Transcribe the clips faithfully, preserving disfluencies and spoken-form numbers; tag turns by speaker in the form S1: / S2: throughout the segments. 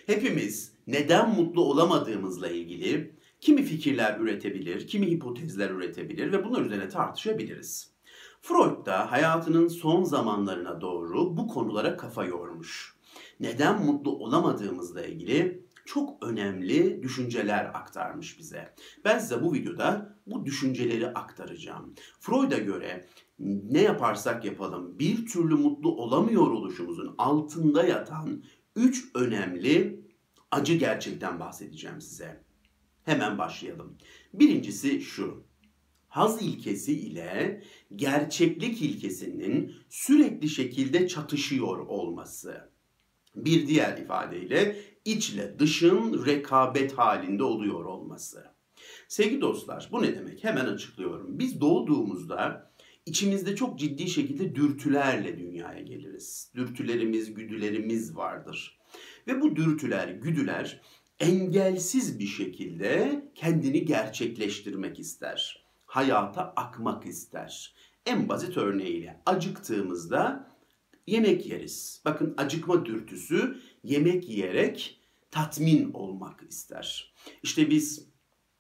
S1: Hepimiz neden mutlu olamadığımızla ilgili kimi fikirler üretebilir, kimi hipotezler üretebilir ve bunlar üzerine tartışabiliriz. Freud da hayatının son zamanlarına doğru bu konulara kafa yormuş. Neden mutlu olamadığımızla ilgili çok önemli düşünceler aktarmış bize. Ben size bu videoda bu düşünceleri aktaracağım. Freud'a göre ne yaparsak yapalım bir türlü mutlu olamıyor oluşumuzun altında yatan üç önemli acı gerçekten bahsedeceğim size. Hemen başlayalım. Birincisi şu. Haz ilkesi ile gerçeklik ilkesinin sürekli şekilde çatışıyor olması. Bir diğer ifadeyle içle dışın rekabet halinde oluyor olması. Sevgili dostlar, bu ne demek? Hemen açıklıyorum. Biz doğduğumuzda içimizde çok ciddi şekilde dürtülerle dünyaya geliriz. Dürtülerimiz, güdülerimiz vardır. Ve bu dürtüler, güdüler engelsiz bir şekilde kendini gerçekleştirmek ister. Hayata akmak ister. En basit örneğiyle acıktığımızda yemek yeriz. Bakın acıkma dürtüsü yemek yiyerek tatmin olmak ister. İşte biz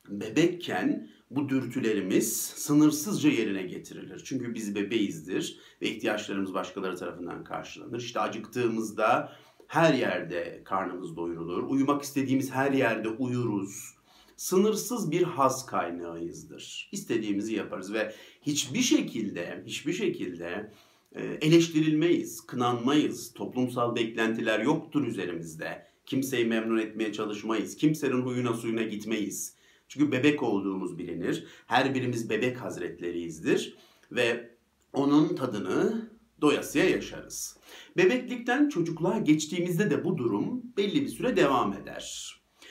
S1: bebekken bu dürtülerimiz sınırsızca yerine getirilir. Çünkü biz bebeğizdir ve ihtiyaçlarımız başkaları tarafından karşılanır. İşte acıktığımızda her yerde karnımız doyurulur. Uyumak istediğimiz her yerde uyuruz. Sınırsız bir haz kaynağıyızdır. İstediğimizi yaparız ve hiçbir şekilde, hiçbir şekilde eleştirilmeyiz, kınanmayız. Toplumsal beklentiler yoktur üzerimizde. Kimseyi memnun etmeye çalışmayız. Kimsenin huyuna suyuna gitmeyiz. Çünkü bebek olduğumuz bilinir. Her birimiz bebek hazretleriyizdir ve onun tadını doyasıya yaşarız. Bebeklikten çocukluğa geçtiğimizde de bu durum belli bir süre devam eder.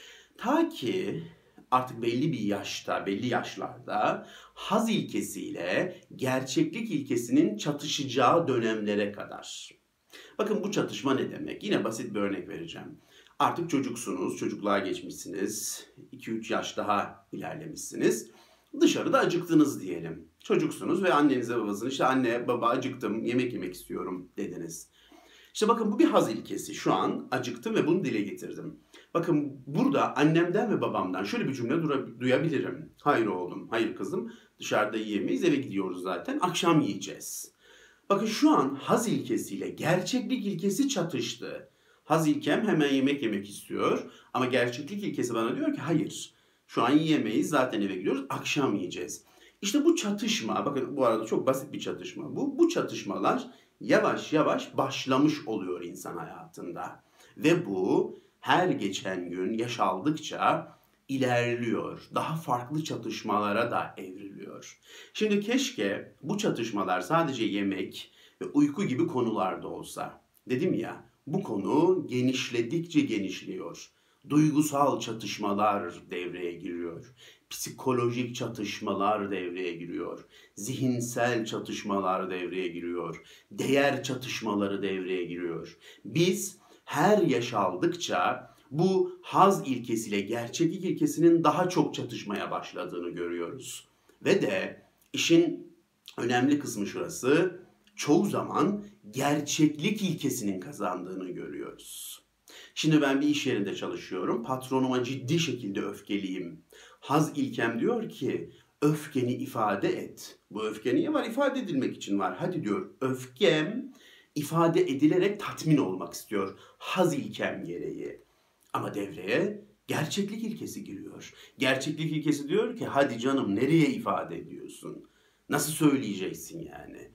S1: Ta ki artık belli bir yaşta, belli yaşlarda haz ilkesiyle gerçeklik ilkesinin çatışacağı dönemlere kadar. Bakın bu çatışma ne demek? Yine basit bir örnek vereceğim. Artık çocuksunuz, çocukluğa geçmişsiniz, iki üç yaş daha ilerlemişsiniz. Dışarıda acıktınız diyelim. Çocuksunuz ve annenize babasına işte anne baba acıktım, yemek yemek istiyorum dediniz. İşte bakın bu bir haz ilkesi. Şu an acıktım ve bunu dile getirdim. Bakın burada annemden ve babamdan şöyle bir cümle duyabilirim. Hayır oğlum, hayır kızım dışarıda yiyemeyiz, eve gidiyoruz zaten, akşam yiyeceğiz. Bakın şu an haz ilkesiyle gerçeklik ilkesi çatıştı. Haz ilkem hemen yemek yemek istiyor ama gerçeklik ilkesi bana diyor ki hayır şu an yiyemeyiz, zaten eve gidiyoruz, akşam yiyeceğiz. İşte bu çatışma, bakın bu arada çok basit bir çatışma bu. Bu çatışmalar yavaş yavaş başlamış oluyor insan hayatında. Ve bu her geçen gün yaş aldıkça ilerliyor. Daha farklı çatışmalara da evriliyor. Şimdi keşke bu çatışmalar sadece yemek ve uyku gibi konularda olsa. Dedim ya, bu konu genişledikçe genişliyor. Duygusal çatışmalar devreye giriyor. Psikolojik çatışmalar devreye giriyor. Zihinsel çatışmalar devreye giriyor. Değer çatışmaları devreye giriyor. Biz her yaş aldıkça bu haz ilkesiyle gerçeklik ilkesinin daha çok çatışmaya başladığını görüyoruz. Ve de işin önemli kısmı şurası, çoğu zaman gerçeklik ilkesinin kazandığını görüyoruz. Şimdi ben bir iş yerinde çalışıyorum. Patronuma ciddi şekilde öfkeliyim. Haz ilkem diyor ki öfkeni ifade et. Bu öfke niye var? İfade edilmek için var. Hadi diyor öfkem ifade edilerek tatmin olmak istiyor. Haz ilkem gereği. Ama devreye gerçeklik ilkesi giriyor. Gerçeklik ilkesi diyor ki hadi canım nereye ifade ediyorsun? Nasıl söyleyeceksin yani?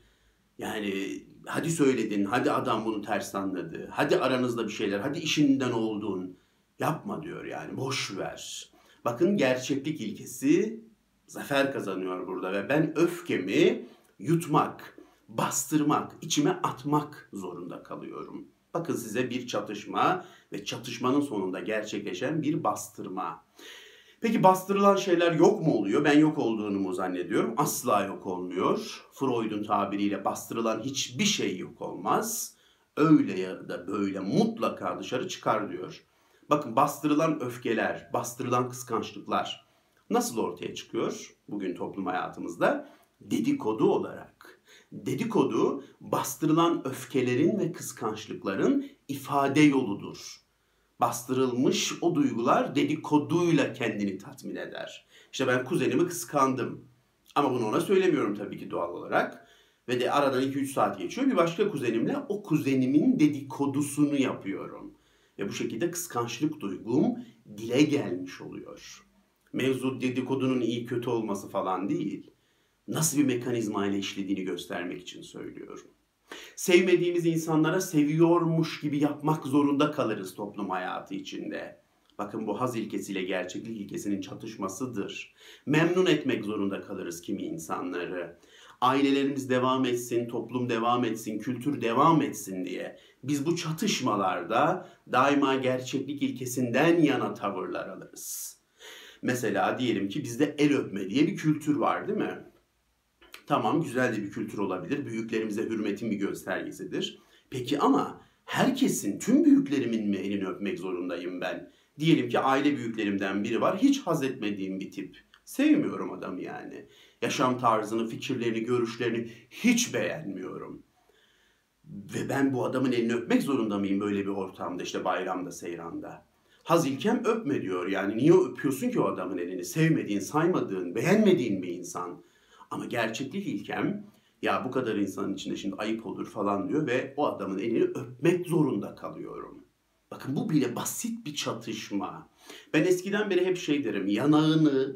S1: Yani hadi söyledin, hadi adam bunu ters anladı, hadi aranızda bir şeyler, hadi işinden oldun. Yapma diyor yani, boş ver. Bakın gerçeklik ilkesi zafer kazanıyor burada ve ben öfkemi yutmak, bastırmak, içime atmak zorunda kalıyorum. Bakın size bir çatışma ve çatışmanın sonunda gerçekleşen bir bastırma. Peki bastırılan şeyler yok mu oluyor? Ben yok olduğunu mu zannediyorum? Asla yok olmuyor. Freud'un tabiriyle bastırılan hiçbir şey yok olmaz. Öyle ya da böyle mutlaka dışarı çıkar diyor. Bakın bastırılan öfkeler, bastırılan kıskançlıklar nasıl ortaya çıkıyor bugün toplum hayatımızda? Dedikodu olarak. Dedikodu bastırılan öfkelerin ve kıskançlıkların ifade yoludur. Bastırılmış o duygular dedikoduyla kendini tatmin eder. İşte ben kuzenimi kıskandım. Ama bunu ona söylemiyorum tabii ki doğal olarak. Ve de aradan iki üç saat geçiyor. Bir başka kuzenimle o kuzenimin dedikodusunu yapıyorum. Ve bu şekilde kıskançlık duygum dile gelmiş oluyor. Mevzu dedikodunun iyi kötü olması falan değil. Nasıl bir mekanizma ile işlediğini göstermek için söylüyorum. Sevmediğimiz insanlara seviyormuş gibi yapmak zorunda kalırız toplum hayatı içinde. Bakın bu haz ilkesiyle gerçeklik ilkesinin çatışmasıdır. Memnun etmek zorunda kalırız kimi insanları. Ailelerimiz devam etsin, toplum devam etsin, kültür devam etsin diye. Biz bu çatışmalarda daima gerçeklik ilkesinden yana tavırlar alırız. Mesela diyelim ki bizde el öpme diye bir kültür var, değil mi? Tamam, güzel de bir kültür olabilir. Büyüklerimize hürmetin bir göstergesidir. Peki ama herkesin, tüm büyüklerimin mi elini öpmek zorundayım ben? Diyelim ki aile büyüklerimden biri var. Hiç haz etmediğim bir tip. Sevmiyorum adamı yani. Yaşam tarzını, fikirlerini, görüşlerini hiç beğenmiyorum. Ve ben bu adamın elini öpmek zorunda mıyım böyle bir ortamda, işte bayramda, seyranda? Haz ilkem öpme diyor. Yani niye öpüyorsun ki o adamın elini? Sevmediğin, saymadığın, beğenmediğin bir insan. Ama gerçeklik ilkem, ya bu kadar insanın içinde şimdi ayıp olur falan diyor ve o adamın elini öpmek zorunda kalıyorum. Bakın bu bile basit bir çatışma. Ben eskiden beri hep şey derim, yanağını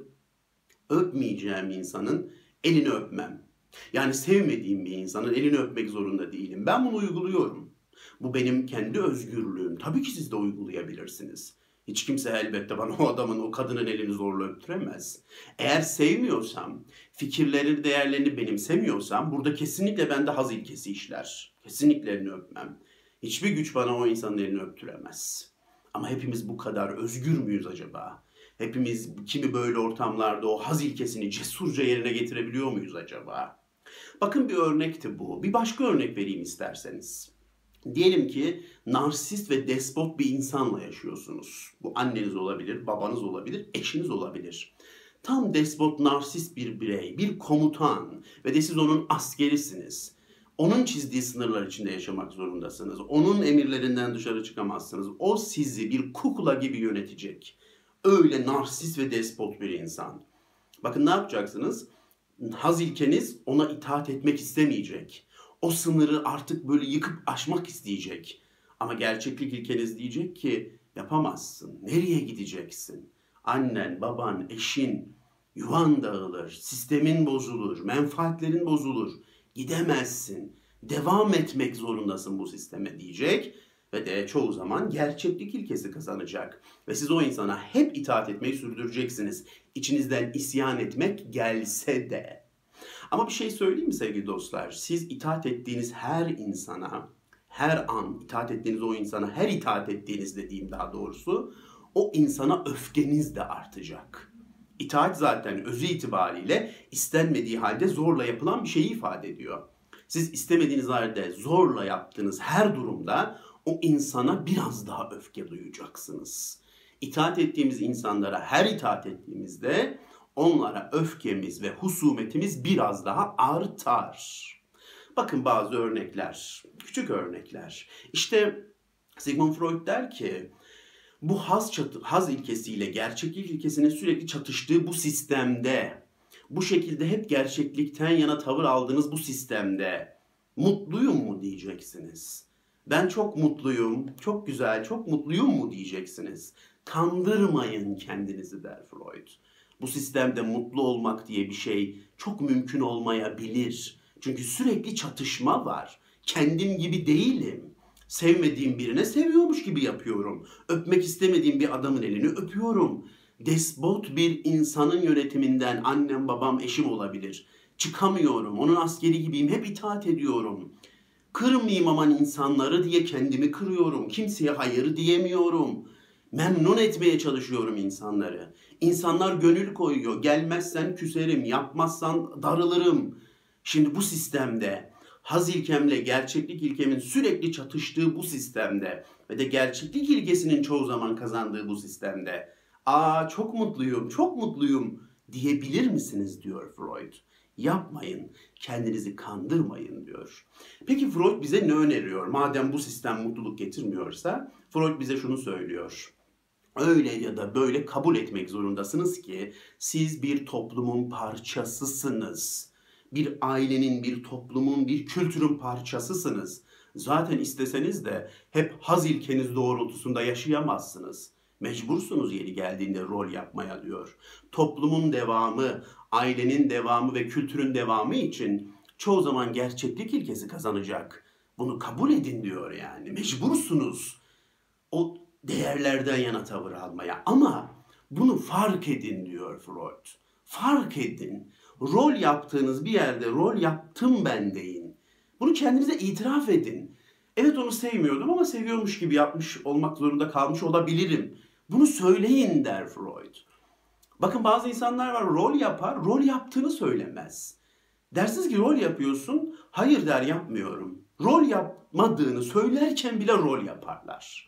S1: öpmeyeceğim insanın elini öpmem. Yani sevmediğim bir insanın elini öpmek zorunda değilim. Ben bunu uyguluyorum. Bu benim kendi özgürlüğüm. Tabii ki siz de uygulayabilirsiniz. Hiç kimse elbette bana o adamın, o kadının elini zorla öptüremez. Eğer sevmiyorsam, fikirlerini, değerlerini benimsemiyorsam burada kesinlikle bende haz ilkesi işler. Kesinlikle elini öpmem. Hiçbir güç bana o insanın elini öptüremez. Ama hepimiz bu kadar özgür müyüz acaba? Hepimiz kimi böyle ortamlarda o haz ilkesini cesurca yerine getirebiliyor muyuz acaba? Bakın bir örnekti bu. Bir başka örnek vereyim isterseniz. Diyelim ki narsist ve despot bir insanla yaşıyorsunuz. Bu anneniz olabilir, babanız olabilir, eşiniz olabilir. Tam despot, narsist bir birey, bir komutan ve de siz onun askerisiniz. Onun çizdiği sınırlar içinde yaşamak zorundasınız. Onun emirlerinden dışarı çıkamazsınız. O sizi bir kukla gibi yönetecek. Öyle narsist ve despot bir insan. Bakın ne yapacaksınız? Haz ilkeniz ona itaat etmek istemeyecek. O sınırı artık böyle yıkıp aşmak isteyecek. Ama gerçeklik ilkeniz diyecek ki yapamazsın. Nereye gideceksin? Annen, baban, eşin, yuvan dağılır, sistemin bozulur, menfaatlerin bozulur. Gidemezsin. Devam etmek zorundasın bu sisteme diyecek. Ve de çoğu zaman gerçeklik ilkesi kazanacak. Ve siz o insana hep itaat etmeyi sürdüreceksiniz. İçinizden isyan etmek gelse de. Ama bir şey söyleyeyim mi sevgili dostlar? Siz itaat ettiğiniz her insana, her an itaat ettiğiniz o insana, her itaat ettiğiniz dediğim daha doğrusu, o insana öfkeniz de artacak. İtaat zaten özü itibariyle istenmediği halde zorla yapılan bir şeyi ifade ediyor. Siz istemediğiniz halde zorla yaptığınız her durumda o insana biraz daha öfke duyacaksınız. İtaat ettiğimiz insanlara her itaat ettiğimizde onlara öfkemiz ve husumetimiz biraz daha artar. Bakın bazı örnekler, küçük örnekler. İşte Sigmund Freud der ki, bu haz, çatı, haz ilkesiyle gerçeklik ilkesinin sürekli çatıştığı bu sistemde, bu şekilde hep gerçeklikten yana tavır aldığınız bu sistemde mutluyum mu diyeceksiniz. Ben çok mutluyum, çok güzel, çok mutluyum mu diyeceksiniz. Kandırmayın kendinizi der Freud. Bu sistemde mutlu olmak diye bir şey çok mümkün olmayabilir. Çünkü sürekli çatışma var. Kendim gibi değilim. Sevmediğim birine seviyormuş gibi yapıyorum. Öpmek istemediğim bir adamın elini öpüyorum. Despot bir insanın yönetiminden annem, babam, eşim olabilir. Çıkamıyorum. Onun askeri gibiyim. Hep itaat ediyorum. Kırmayayım aman insanları diye kendimi kırıyorum. Kimseye hayır diyemiyorum. Memnun etmeye çalışıyorum insanları. İnsanlar gönül koyuyor. Gelmezsen küserim, yapmazsan darılırım. Şimdi bu sistemde haz ilkemle gerçeklik ilkemin sürekli çatıştığı bu sistemde ve de gerçeklik ilkesinin çoğu zaman kazandığı bu sistemde aa çok mutluyum, çok mutluyum diyebilir misiniz diyor Freud. Yapmayın, kendinizi kandırmayın diyor. Peki Freud bize ne öneriyor? Madem bu sistem mutluluk getirmiyorsa, Freud bize şunu söylüyor. Öyle ya da böyle kabul etmek zorundasınız ki siz bir toplumun parçasısınız. Bir ailenin, bir toplumun, bir kültürün parçasısınız. Zaten isteseniz de hep haz ilkeniz doğrultusunda yaşayamazsınız. Mecbursunuz yeri geldiğinde rol yapmaya diyor. Toplumun devamı, ailenin devamı ve kültürün devamı için çoğu zaman gerçeklik ilkesi kazanacak. Bunu kabul edin diyor yani. Mecbursunuz o değerlerden yana tavır almaya. Ama bunu fark edin diyor Freud. Fark edin. Rol yaptığınız bir yerde rol yaptım ben deyin. Bunu kendinize itiraf edin. Evet onu sevmiyordum ama seviyormuş gibi yapmış olmak zorunda kalmış olabilirim. Bunu söyleyin der Freud. Bakın bazı insanlar var rol yapar, rol yaptığını söylemez. Dersiniz ki rol yapıyorsun, hayır der yapmıyorum. Rol yapmadığını söylerken bile rol yaparlar.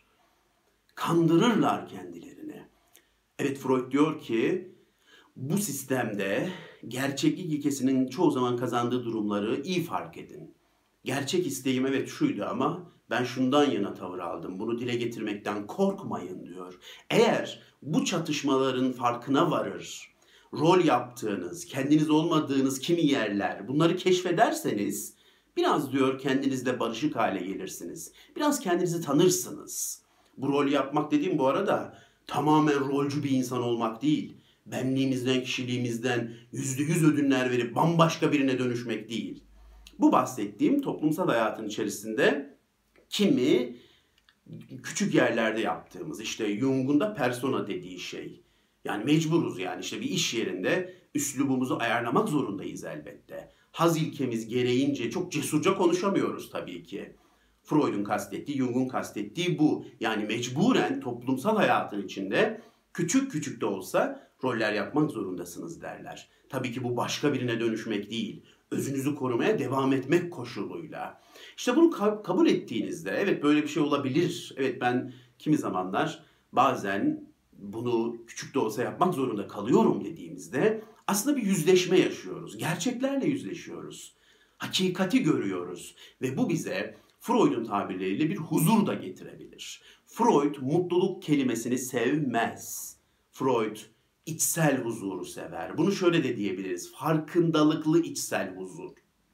S1: Kandırırlar kendilerini. Evet Freud diyor ki bu sistemde gerçeklik ilkesinin çoğu zaman kazandığı durumları iyi fark edin. Gerçek isteğim evet şuydu ama ben şundan yana tavır aldım. Bunu dile getirmekten korkmayın diyor. Eğer bu çatışmaların farkına varır, rol yaptığınız, kendiniz olmadığınız kimi yerler bunları keşfederseniz biraz diyor kendinizle barışık hale gelirsiniz. Biraz kendinizi tanırsınız. Bu rol yapmak dediğim bu arada tamamen rolcü bir insan olmak değil. Benliğimizden, kişiliğimizden yüzde yüz ödünler verip bambaşka birine dönüşmek değil. Bu bahsettiğim toplumsal hayatın içerisinde kimi küçük yerlerde yaptığımız işte Jung'un da persona dediği şey. Yani mecburuz yani işte bir iş yerinde üslubumuzu ayarlamak zorundayız elbette. Haz ilkemiz gereğince çok cesurca konuşamıyoruz tabii ki. Freud'un kastettiği, Jung'un kastettiği bu. Yani mecburen toplumsal hayatın içinde küçük küçük de olsa roller yapmak zorundasınız derler. Tabii ki bu başka birine dönüşmek değil. Özünüzü korumaya devam etmek koşuluyla. İşte bunu ka- kabul ettiğinizde evet böyle bir şey olabilir. Evet ben kimi zamanlar bazen bunu küçük de olsa yapmak zorunda kalıyorum dediğimizde aslında bir yüzleşme yaşıyoruz. Gerçeklerle yüzleşiyoruz. Hakikati görüyoruz ve bu bize Freud'un tabirleriyle bir huzur da getirebilir. Freud mutluluk kelimesini sevmez. Freud içsel huzuru sever. Bunu şöyle de diyebiliriz. Farkındalıklı içsel huzur.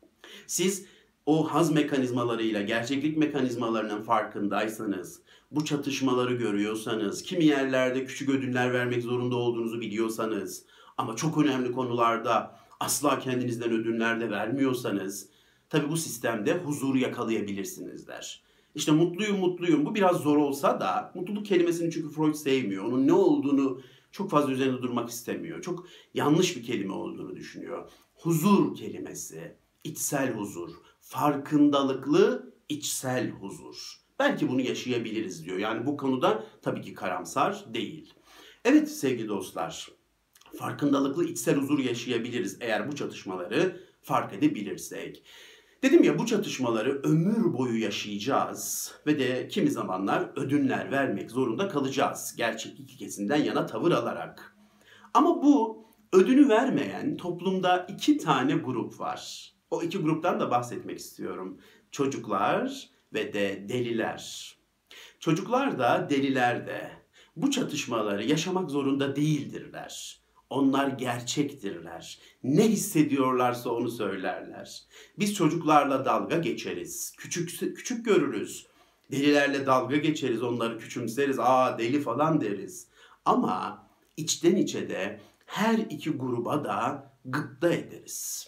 S1: Siz o haz mekanizmalarıyla gerçeklik mekanizmalarının farkındaysanız, bu çatışmaları görüyorsanız, kimi yerlerde küçük ödüller vermek zorunda olduğunuzu biliyorsanız ama çok önemli konularda asla kendinizden ödünler de vermiyorsanız, tabii bu sistemde huzuru yakalayabilirsiniz der. İşte mutluyum mutluyum bu biraz zor olsa da mutluluk kelimesini çünkü Freud sevmiyor. Onun ne olduğunu çok fazla üzerinde durmak istemiyor. Çok yanlış bir kelime olduğunu düşünüyor. Huzur kelimesi, içsel huzur, farkındalıklı içsel huzur. Belki bunu yaşayabiliriz diyor. Yani bu konuda tabii ki karamsar değil. Evet sevgili dostlar, farkındalıklı içsel huzur yaşayabiliriz eğer bu çatışmaları fark edebilirsek. Dedim ya bu çatışmaları ömür boyu yaşayacağız ve de kimi zamanlar ödünler vermek zorunda kalacağız. Gerçeklik ilkesinden yana tavır alarak. Ama bu ödünü vermeyen toplumda iki tane grup var. O iki gruptan da bahsetmek istiyorum. Çocuklar ve de deliler. Çocuklar da deliler de bu çatışmaları yaşamak zorunda değildirler. Onlar gerçektirler. Ne hissediyorlarsa onu söylerler. Biz çocuklarla dalga geçeriz. Küçük küçük görürüz. Delilerle dalga geçeriz, onları küçümseriz. Aa deli falan deriz. Ama içten içe de her iki gruba da gıpta ederiz.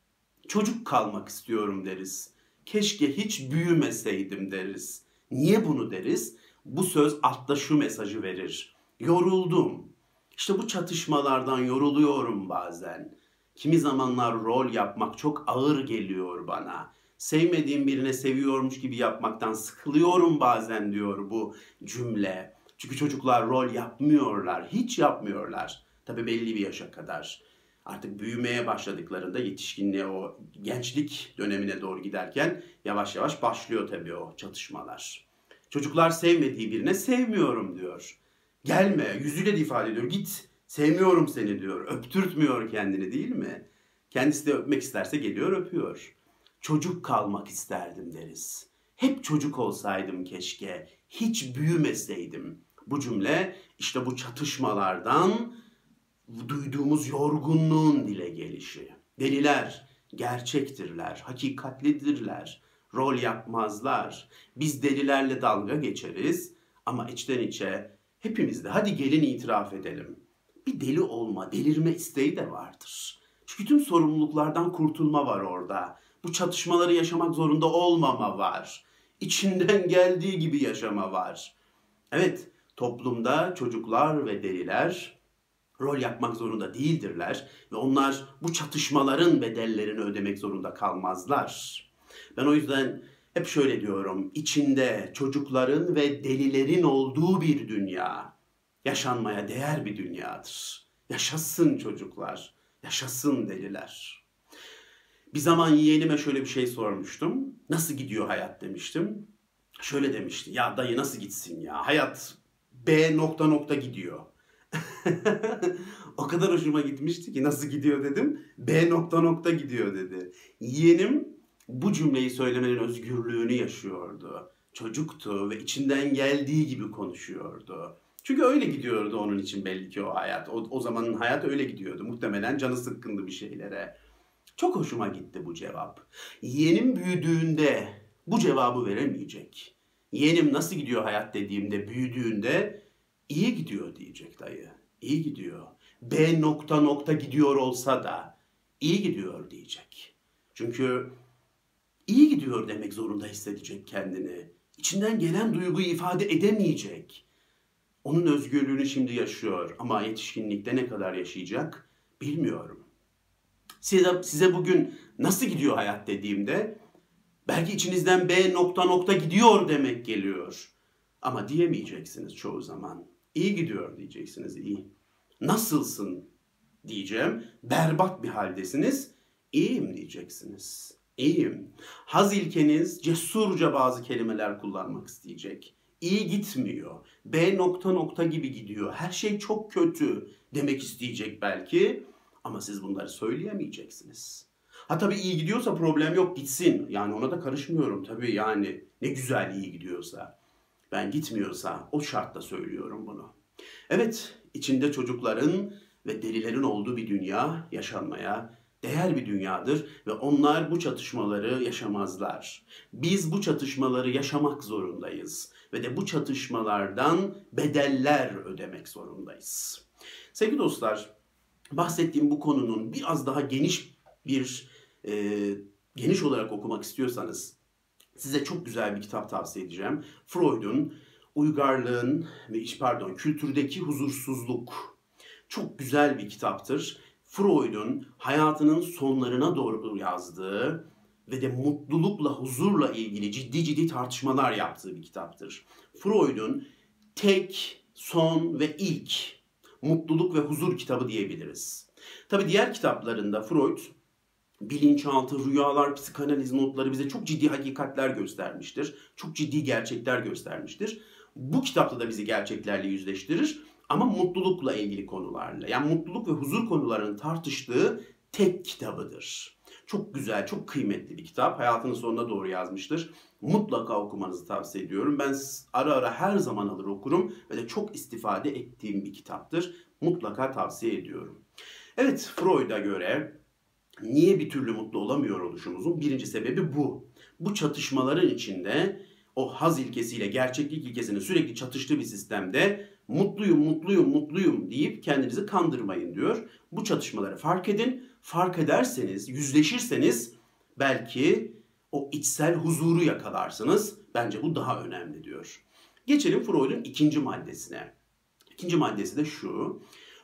S1: Çocuk kalmak istiyorum deriz. Keşke hiç büyümeseydim deriz. Niye bunu deriz? Bu söz altta şu mesajı verir. Yoruldum. İşte bu çatışmalardan yoruluyorum bazen. Kimi zamanlar rol yapmak çok ağır geliyor bana. Sevmediğim birine seviyormuş gibi yapmaktan sıkılıyorum bazen diyor bu cümle. Çünkü çocuklar rol yapmıyorlar, hiç yapmıyorlar. Tabii belli bir yaşa kadar. Artık büyümeye başladıklarında yetişkinliğe o gençlik dönemine doğru giderken yavaş yavaş başlıyor tabii o çatışmalar. Çocuklar sevmediği birine sevmiyorum diyor. Gelme, yüzüyle de ifade ediyor. Git, sevmiyorum seni diyor. Öptürtmüyor kendini değil mi? Kendisi de öpmek isterse geliyor öpüyor. Çocuk kalmak isterdim deriz. Hep çocuk olsaydım keşke, hiç büyümeseydim. Bu cümle işte bu çatışmalardan duyduğumuz yorgunluğun dile gelişi. Deliler gerçektirler, hakikatlidirler, rol yapmazlar. Biz delilerle dalga geçeriz ama içten içe hepimiz de hadi gelin itiraf edelim. Bir deli olma, delirme isteği de vardır. Çünkü tüm sorumluluklardan kurtulma var orada. Bu çatışmaları yaşamak zorunda olmama var. İçinden geldiği gibi yaşama var. Evet, toplumda çocuklar ve deliler rol yapmak zorunda değildirler ve onlar bu çatışmaların bedellerini ödemek zorunda kalmazlar. Ben o yüzden hep şöyle diyorum, içinde çocukların ve delilerin olduğu bir dünya yaşanmaya değer bir dünyadır. Yaşasın çocuklar, yaşasın deliler. Bir zaman yeğenime şöyle bir şey sormuştum. Nasıl gidiyor hayat demiştim. Şöyle demişti, ya dayı nasıl gitsin ya, hayat B nokta nokta gidiyor. O kadar hoşuma gitmişti ki nasıl gidiyor dedim. B nokta nokta gidiyor dedi. Yeğenim bu cümleyi söylemenin özgürlüğünü yaşıyordu. Çocuktu ve içinden geldiği gibi konuşuyordu. Çünkü öyle gidiyordu onun için belli ki o hayat. O, o zamanın hayatı öyle gidiyordu. Muhtemelen canı sıkkındı bir şeylere. Çok hoşuma gitti bu cevap. Yeğenim büyüdüğünde bu cevabı veremeyecek. Yeğenim nasıl gidiyor hayat dediğimde büyüdüğünde iyi gidiyor diyecek dayı. İyi gidiyor. B nokta nokta gidiyor olsa da iyi gidiyor diyecek. Çünkü iyi gidiyor demek zorunda hissedecek kendini. İçinden gelen duyguyu ifade edemeyecek. Onun özgürlüğünü şimdi yaşıyor ama yetişkinlikte ne kadar yaşayacak bilmiyorum. Size, size bugün nasıl gidiyor hayat dediğimde belki içinizden B nokta nokta gidiyor demek geliyor. Ama diyemeyeceksiniz çoğu zaman. İyi gidiyor diyeceksiniz, iyi. Nasılsın diyeceğim. Berbat bir haldesiniz. İyiyim diyeceksiniz. İyiyim. Haz ilkeniz cesurca bazı kelimeler kullanmak isteyecek. İyi gitmiyor. B nokta nokta gibi gidiyor. Her şey çok kötü demek isteyecek belki. Ama siz bunları söyleyemeyeceksiniz. Ha tabii iyi gidiyorsa problem yok, gitsin. Yani ona da karışmıyorum tabii, yani ne güzel iyi gidiyorsa. Ben gitmiyorsa o şartla söylüyorum bunu. Evet, içinde çocukların ve delilerin olduğu bir dünya yaşanmaya değer bir dünyadır ve onlar bu çatışmaları yaşamazlar. Biz bu çatışmaları yaşamak zorundayız ve de bu çatışmalardan bedeller ödemek zorundayız. Sevgili dostlar, bahsettiğim bu konunun biraz daha geniş bir e, geniş olarak okumak istiyorsanız size çok güzel bir kitap tavsiye edeceğim. Freud'un Uygarlığın ve pardon Kültürdeki Huzursuzluk. Çok güzel bir kitaptır. Freud'un hayatının sonlarına doğru yazdığı ve de mutlulukla, huzurla ilgili ciddi ciddi tartışmalar yaptığı bir kitaptır. Freud'un tek, son ve ilk mutluluk ve huzur kitabı diyebiliriz. Tabii diğer kitaplarında Freud bilinçaltı, rüyalar, psikanaliz notları bize çok ciddi hakikatler göstermiştir. Çok ciddi gerçekler göstermiştir. Bu kitapta da bizi gerçeklerle yüzleştirir ama mutlulukla ilgili konularla. Yani mutluluk ve huzur konularının tartıştığı tek kitabıdır. Çok güzel, çok kıymetli bir kitap. Hayatının sonuna doğru yazmıştır. Mutlaka okumanızı tavsiye ediyorum. Ben ara ara her zaman alır okurum ve de çok istifade ettiğim bir kitaptır. Mutlaka tavsiye ediyorum. Evet, Freud'a göre niye bir türlü mutlu olamıyor oluşumuzun birinci sebebi bu. Bu çatışmaların içinde o haz ilkesiyle gerçeklik ilkesinin sürekli çatıştığı bir sistemde mutluyum, mutluyum, mutluyum deyip kendinizi kandırmayın diyor. Bu çatışmaları fark edin. Fark ederseniz, yüzleşirseniz belki o içsel huzuru yakalarsınız. Bence bu daha önemli diyor. Geçelim Freud'un ikinci maddesine. İkinci maddesi de şu.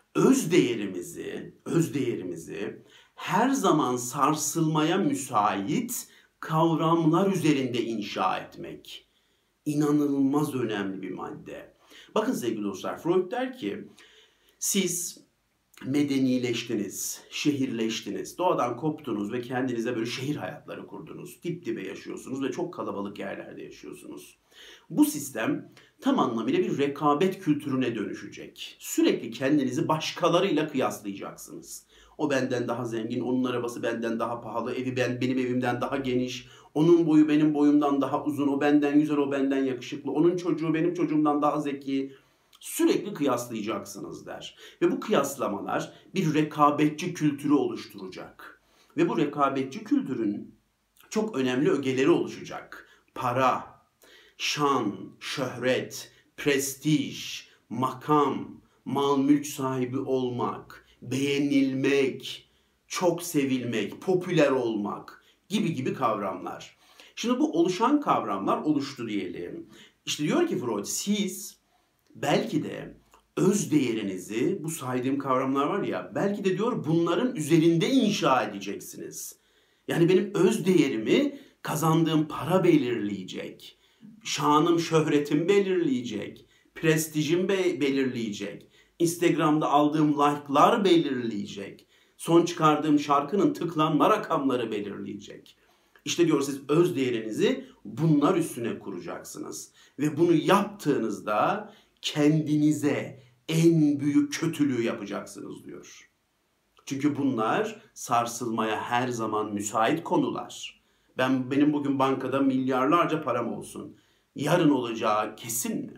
S1: Öz değerimizi, öz değerimizi her zaman sarsılmaya müsait kavramlar üzerinde inşa etmek. İnanılmaz önemli bir madde. Bakın sevgili dostlar, Freud der ki siz medenileştiniz, şehirleştiniz, doğadan koptunuz ve kendinize böyle şehir hayatları kurdunuz. Dip dibe yaşıyorsunuz ve çok kalabalık yerlerde yaşıyorsunuz. Bu sistem tam anlamıyla bir rekabet kültürüne dönüşecek. Sürekli kendinizi başkalarıyla kıyaslayacaksınız. O benden daha zengin, onun arabası benden daha pahalı, evi ben benim evimden daha geniş, onun boyu benim boyumdan daha uzun, o benden güzel, o benden yakışıklı, onun çocuğu benim çocuğumdan daha zeki. Sürekli kıyaslayacaksınız der. Ve bu kıyaslamalar bir rekabetçi kültürü oluşturacak. Ve bu rekabetçi kültürün çok önemli ögeleri oluşacak. Para, şan, şöhret, prestij, makam, mal mülk sahibi olmak, beğenilmek, çok sevilmek, popüler olmak gibi gibi kavramlar. Şimdi bu oluşan kavramlar oluştu diyelim. İşte diyor ki Freud, siz belki de öz değerinizi, bu saydığım kavramlar var ya, belki de diyor bunların üzerinde inşa edeceksiniz. Yani benim öz değerimi kazandığım para belirleyecek. Şanım, şöhretim belirleyecek. Prestijim be- belirleyecek. Instagram'da aldığım like'lar belirleyecek. Son çıkardığım şarkının tıklanma rakamları belirleyecek. İşte diyor siz öz değerinizi bunlar üstüne kuracaksınız. Ve bunu yaptığınızda kendinize en büyük kötülüğü yapacaksınız diyor. Çünkü bunlar sarsılmaya her zaman müsait konular. Ben benim bugün bankada milyarlarca param olsun. Yarın olacağı kesin mi?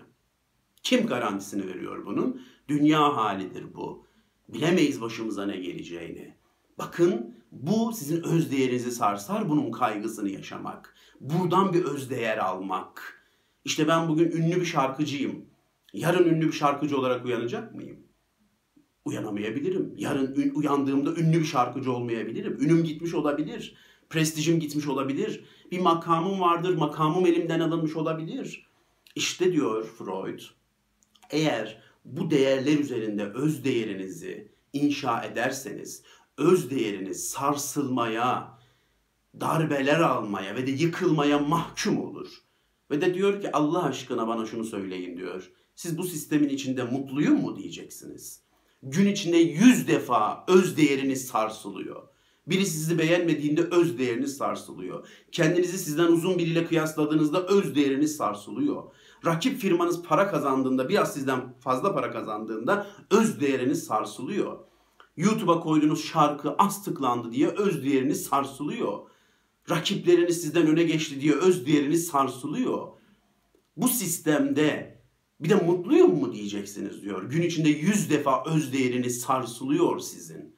S1: Kim garantisini veriyor bunun? Dünya halidir bu. Bilemeyiz başımıza ne geleceğini. Bakın bu sizin öz değerinizi sarsar, bunun kaygısını yaşamak. Buradan bir öz değer almak. İşte ben bugün ünlü bir şarkıcıyım. Yarın ünlü bir şarkıcı olarak uyanacak mıyım? Uyanamayabilirim. Yarın ün, uyandığımda ünlü bir şarkıcı olmayabilirim. Ünüm gitmiş olabilir. Prestijim gitmiş olabilir. Bir makamım vardır, makamım elimden alınmış olabilir. İşte diyor Freud, eğer bu değerler üzerinde öz değerinizi inşa ederseniz, öz değeriniz sarsılmaya, darbeler almaya ve de yıkılmaya mahkum olur. Ve de diyor ki Allah aşkına bana şunu söyleyin diyor. Siz bu sistemin içinde mutluyum mu diyeceksiniz. Gün içinde yüz defa öz değeriniz sarsılıyor. Biri sizi beğenmediğinde öz değeriniz sarsılıyor. Kendinizi sizden uzun biriyle kıyasladığınızda öz değeriniz sarsılıyor. Rakip firmanız para kazandığında, biraz sizden fazla para kazandığında öz değeriniz sarsılıyor. YouTube'a koyduğunuz şarkı az tıklandı diye öz değeriniz sarsılıyor. Rakipleriniz sizden öne geçti diye öz değeriniz sarsılıyor. Bu sistemde bir de mutluyum mu diyeceksiniz diyor. Gün içinde yüz defa öz değeriniz sarsılıyor sizin.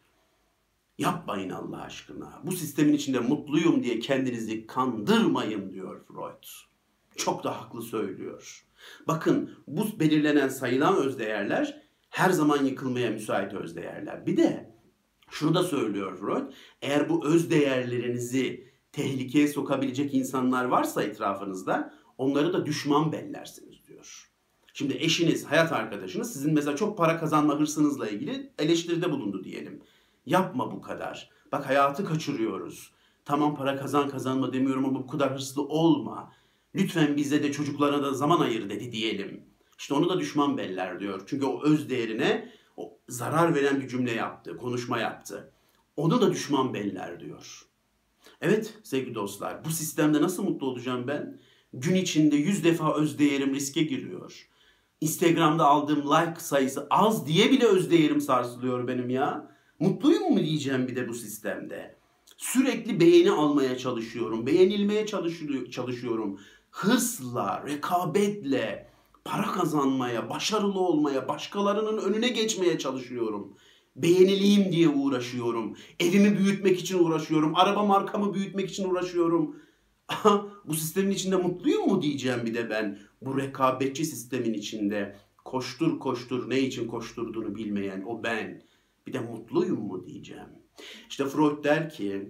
S1: Yapmayın Allah aşkına. Bu sistemin içinde mutluyum diye kendinizi kandırmayın diyor Freud. Çok da haklı söylüyor. Bakın bu belirlenen sayılan özdeğerler her zaman yıkılmaya müsait özdeğerler. Bir de şunu da söylüyor Freud. Eğer bu özdeğerlerinizi tehlikeye sokabilecek insanlar varsa etrafınızda onları da düşman bellersiniz diyor. Şimdi eşiniz, hayat arkadaşınız sizin mesela çok para kazanma hırsınızla ilgili eleştiride bulundu diyelim. Yapma bu kadar. Bak hayatı kaçırıyoruz. Tamam para kazan kazanma demiyorum ama bu kadar hırslı olma. Lütfen bize de çocuklarına da zaman ayır dedi diyelim. İşte onu da düşman beller diyor. Çünkü o öz değerine o zarar veren bir cümle yaptı, konuşma yaptı. Onu da düşman beller diyor. Evet sevgili dostlar, bu sistemde nasıl mutlu olacağım ben? Gün içinde yüz defa öz değerim riske giriyor. Instagram'da aldığım like sayısı az diye bile öz değerim sarsılıyor benim ya. Mutluyum mu diyeceğim bir de bu sistemde. Sürekli beğeni almaya çalışıyorum, beğenilmeye çalışıyorum. Hırsla, rekabetle, para kazanmaya, başarılı olmaya, başkalarının önüne geçmeye çalışıyorum. Beğenileyim diye uğraşıyorum. Evimi büyütmek için uğraşıyorum. Araba markamı büyütmek için uğraşıyorum. Aha, bu sistemin içinde mutluyum mu diyeceğim bir de ben. Bu rekabetçi sistemin içinde koştur koştur ne için koşturduğunu bilmeyen o ben. Bir de mutluyum mu diyeceğim. İşte Freud der ki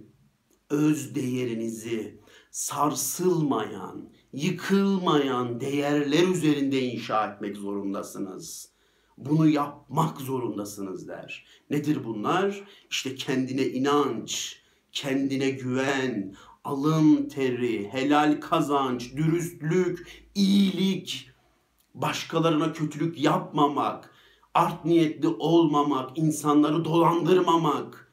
S1: öz değerinizi sarsılmayan, yıkılmayan değerler üzerinde inşa etmek zorundasınız. Bunu yapmak zorundasınız der. Nedir bunlar? İşte kendine inanç, kendine güven, alın teri, helal kazanç, dürüstlük, iyilik, başkalarına kötülük yapmamak, art niyetli olmamak, insanları dolandırmamak,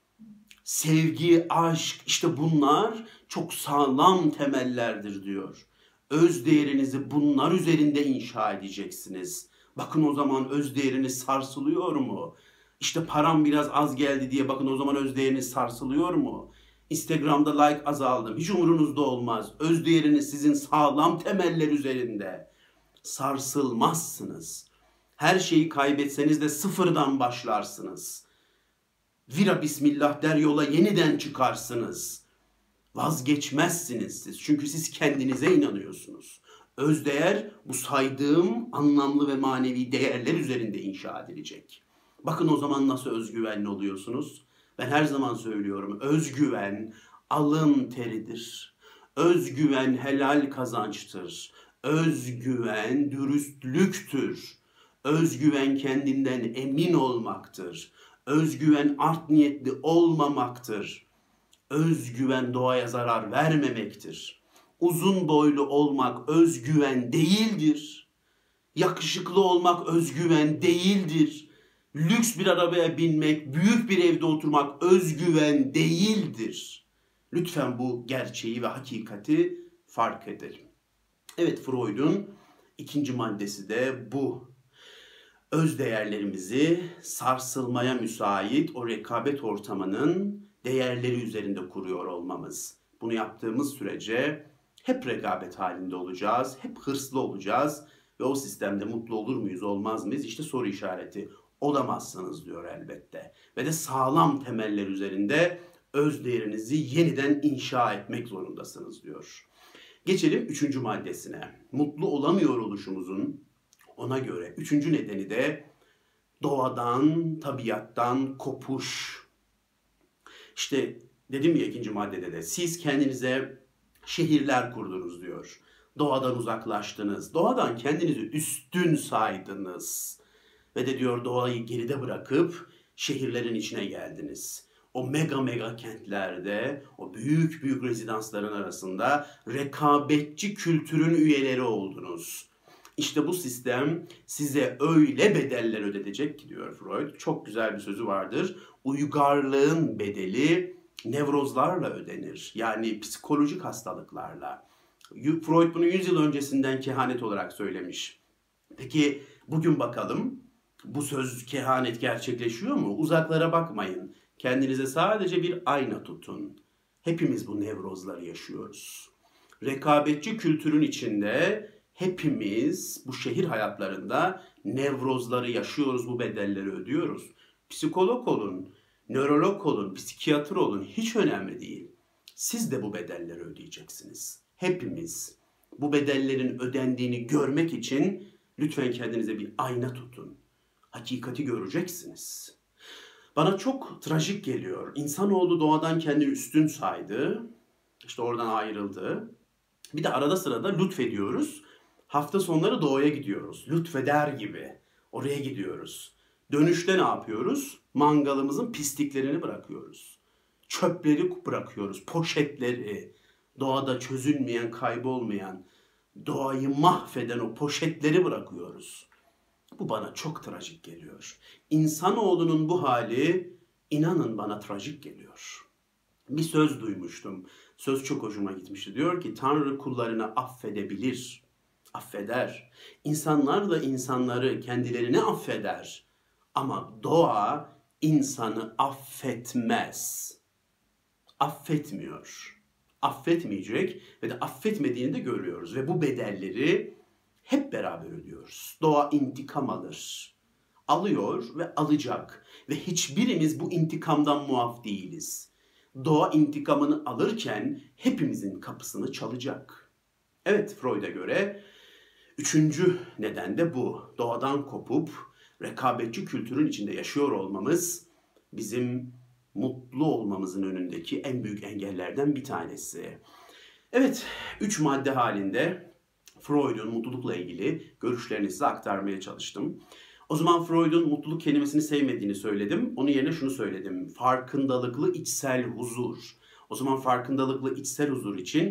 S1: sevgi, aşk, işte bunlar çok sağlam temellerdir diyor. Öz değerinizi bunlar üzerinde inşa edeceksiniz. Bakın o zaman öz değeriniz sarsılıyor mu? İşte param biraz az geldi diye bakın o zaman öz değeriniz sarsılıyor mu? Instagram'da like azaldım. Hiç umurunuzda olmaz. Öz değeriniz sizin sağlam temeller üzerinde. Sarsılmazsınız. Her şeyi kaybetseniz de sıfırdan başlarsınız. Vira bismillah der yola yeniden çıkarsınız. Vazgeçmezsiniz siz. Çünkü siz kendinize inanıyorsunuz. Özdeğer bu saydığım anlamlı ve manevi değerler üzerinde inşa edilecek. Bakın o zaman nasıl özgüvenli oluyorsunuz. Ben her zaman söylüyorum. Özgüven alın teridir. Özgüven helal kazançtır. Özgüven dürüstlüktür. Özgüven kendinden emin olmaktır. Özgüven art niyetli olmamaktır. Özgüven doğaya zarar vermemektir. Uzun boylu olmak özgüven değildir. Yakışıklı olmak özgüven değildir. Lüks bir arabaya binmek, büyük bir evde oturmak özgüven değildir. Lütfen bu gerçeği ve hakikati fark edelim. Evet, Freud'un ikinci maddesi de bu. Öz değerlerimizi sarsılmaya müsait o rekabet ortamının değerleri üzerinde kuruyor olmamız. Bunu yaptığımız sürece hep rekabet halinde olacağız, hep hırslı olacağız ve o sistemde mutlu olur muyuz, olmaz mıyız? İşte soru işareti. Olamazsınız diyor elbette. Ve de sağlam temeller üzerinde öz değerinizi yeniden inşa etmek zorundasınız diyor. Geçelim üçüncü maddesine. Mutlu olamıyor oluşumuzun ona göre üçüncü nedeni de doğadan, tabiattan kopuş. İşte dedim ya ikinci maddede de siz kendinize şehirler kurdunuz diyor. Doğadan uzaklaştınız. Doğadan kendinizi üstün saydınız. Ve de diyor doğayı geride bırakıp şehirlerin içine geldiniz. O mega mega kentlerde, o büyük büyük rezidansların arasında rekabetçi kültürün üyeleri oldunuz. İşte bu sistem size öyle bedeller ödetecek ki diyor Freud. Çok güzel bir sözü vardır. Uygarlığın bedeli nevrozlarla ödenir. Yani psikolojik hastalıklarla. Freud bunu yüz yıl öncesinden kehanet olarak söylemiş. Peki bugün bakalım bu söz kehanet gerçekleşiyor mu? Uzaklara bakmayın. Kendinize sadece bir ayna tutun. Hepimiz bu nevrozları yaşıyoruz. Rekabetçi kültürün içinde hepimiz bu şehir hayatlarında nevrozları yaşıyoruz, bu bedelleri ödüyoruz. Psikolog olun, nörolog olun, psikiyatr olun hiç önemli değil. Siz de bu bedelleri ödeyeceksiniz. Hepimiz bu bedellerin ödendiğini görmek için lütfen kendinize bir ayna tutun. Hakikati göreceksiniz. Bana çok trajik geliyor. İnsanoğlu doğadan kendini üstün saydı. İşte oradan ayrıldı. Bir de arada sırada lütfediyoruz. Hafta sonları doğaya gidiyoruz. Lütfeder gibi. Oraya gidiyoruz. Dönüşte ne yapıyoruz? Mangalımızın pisliklerini bırakıyoruz. Çöpleri bırakıyoruz. Poşetleri. Doğada çözülmeyen, kaybolmayan, doğayı mahveden o poşetleri bırakıyoruz. Bu bana çok trajik geliyor. İnsanoğlunun bu hali inanın bana trajik geliyor. Bir söz duymuştum. Söz çok hoşuma gitmişti. Diyor ki Tanrı kullarını affedebilir, affeder. İnsanlar da insanları kendilerini affeder. Ama doğa insanı affetmez. Affetmiyor. Affetmeyecek ve de affetmediğini de görüyoruz. Ve bu bedelleri hep beraber ödüyoruz. Doğa intikam alır. Alıyor ve alacak. Ve hiçbirimiz bu intikamdan muaf değiliz. Doğa intikamını alırken hepimizin kapısını çalacak. Evet, Freud'a göre üçüncü neden de bu. Doğadan kopup rekabetçi kültürün içinde yaşıyor olmamız bizim mutlu olmamızın önündeki en büyük engellerden bir tanesi. Evet, üç madde halinde Freud'un mutlulukla ilgili görüşlerini size aktarmaya çalıştım. O zaman Freud'un mutluluk kelimesini sevmediğini söyledim. Onun yerine şunu söyledim. Farkındalıklı içsel huzur. O zaman farkındalıklı içsel huzur için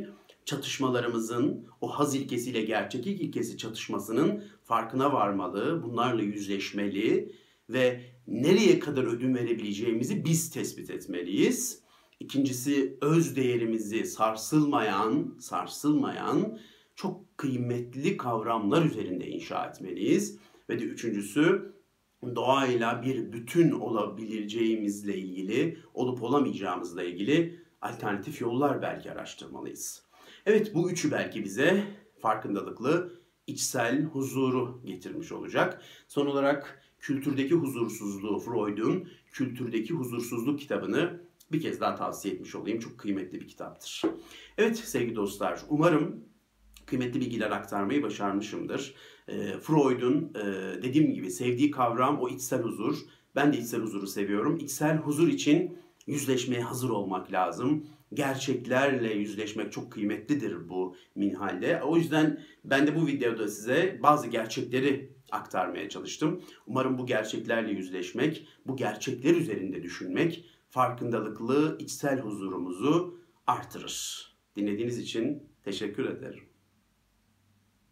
S1: çatışmalarımızın o haz ilkesiyle gerçeklik ilkesi çatışmasının farkına varmalı, bunlarla yüzleşmeli ve nereye kadar ödün verebileceğimizi biz tespit etmeliyiz. İkincisi, öz değerimizi sarsılmayan, sarsılmayan çok kıymetli kavramlar üzerinde inşa etmeliyiz. Ve de üçüncüsü, doğayla bir bütün olabileceğimizle ilgili, olup olamayacağımızla ilgili alternatif yollar belki araştırmalıyız. Evet, bu üçü belki bize farkındalıklı, içsel huzuru getirmiş olacak. Son olarak kültürdeki huzursuzluğu, Freud'un Kültürdeki Huzursuzluk kitabını bir kez daha tavsiye etmiş olayım. Çok kıymetli bir kitaptır. Evet sevgili dostlar, umarım kıymetli bilgiler aktarmayı başarmışımdır. E, Freud'un e, dediğim gibi sevdiği kavram o içsel huzur. Ben de içsel huzuru seviyorum. İçsel huzur için yüzleşmeye hazır olmak lazım. Gerçeklerle yüzleşmek çok kıymetlidir bu minhalde. O yüzden ben de bu videoda size bazı gerçekleri aktarmaya çalıştım. Umarım bu gerçeklerle yüzleşmek, bu gerçekler üzerinde düşünmek farkındalıklı içsel huzurumuzu artırır. Dinlediğiniz için teşekkür ederim.